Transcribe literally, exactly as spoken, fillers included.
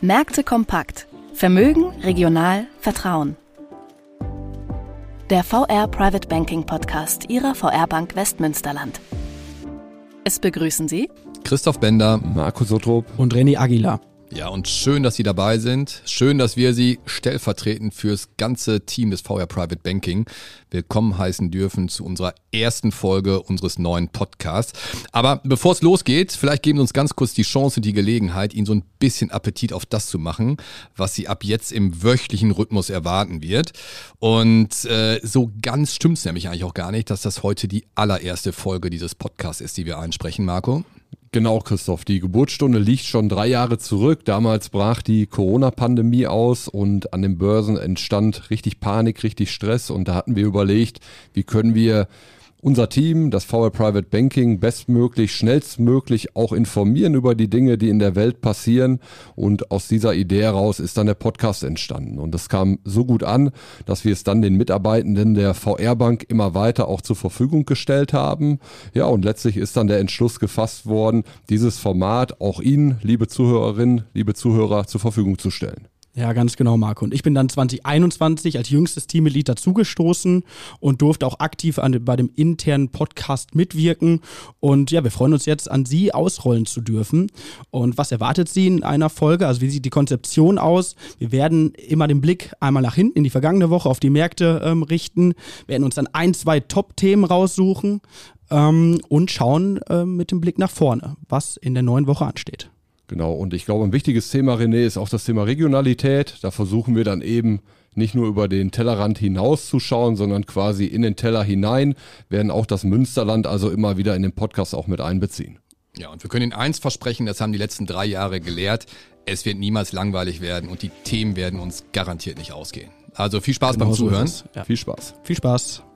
Märkte kompakt. Vermögen, regional, Vertrauen. Der V R Private Banking Podcast Ihrer V R Bank Westmünsterland. Es begrüßen Sie Christoph Bender, Marco Sottrup und René Aguilar. Ja, und schön, dass Sie dabei sind. Schön, dass wir Sie stellvertretend fürs ganze Team des V R Private Banking willkommen heißen dürfen zu unserer ersten Folge unseres neuen Podcasts. Aber bevor es losgeht, vielleicht geben Sie uns ganz kurz die Chance und die Gelegenheit, Ihnen so ein bisschen Appetit auf das zu machen, was Sie ab jetzt im wöchentlichen Rhythmus erwarten wird. Und äh, so ganz stimmt es nämlich eigentlich auch gar nicht, dass das heute die allererste Folge dieses Podcasts ist, die wir einsprechen, Marco. Genau, Christoph. Die Geburtsstunde liegt schon drei Jahre zurück. Damals brach die Corona-Pandemie aus und an den Börsen entstand richtig Panik, richtig Stress. Und da hatten wir überlegt, wie können wir unser Team, das V R Private Banking, bestmöglich, schnellstmöglich auch informieren über die Dinge, die in der Welt passieren. Und aus dieser Idee heraus ist dann der Podcast entstanden. Und das kam so gut an, dass wir es dann den Mitarbeitenden der V R Bank immer weiter auch zur Verfügung gestellt haben. Ja, und letztlich ist dann der Entschluss gefasst worden, dieses Format auch Ihnen, liebe Zuhörerinnen, liebe Zuhörer, zur Verfügung zu stellen. Ja, ganz genau, Marco. Und ich bin dann zwanzig einundzwanzig als jüngstes Teammitglied dazugestoßen und durfte auch aktiv an, bei dem internen Podcast mitwirken. Und ja, wir freuen uns jetzt, an Sie ausrollen zu dürfen. Und was erwartet Sie in einer Folge? Also wie sieht die Konzeption aus? Wir werden immer den Blick einmal nach hinten in die vergangene Woche auf die Märkte ähm, richten, werden uns dann ein, zwei Top-Themen raussuchen ähm, und schauen ähm, mit dem Blick nach vorne, was in der neuen Woche ansteht. Genau, und ich glaube, ein wichtiges Thema, René, ist auch das Thema Regionalität. Da versuchen wir dann eben nicht nur über den Tellerrand hinaus zu schauen, sondern quasi in den Teller hinein, werden auch das Münsterland also immer wieder in den Podcast auch mit einbeziehen. Ja, und wir können Ihnen eins versprechen, das haben die letzten drei Jahre gelehrt, es wird niemals langweilig werden und die Themen werden uns garantiert nicht ausgehen. Also viel Spaß genau beim so Zuhören. Ja. Viel Spaß. Viel Spaß.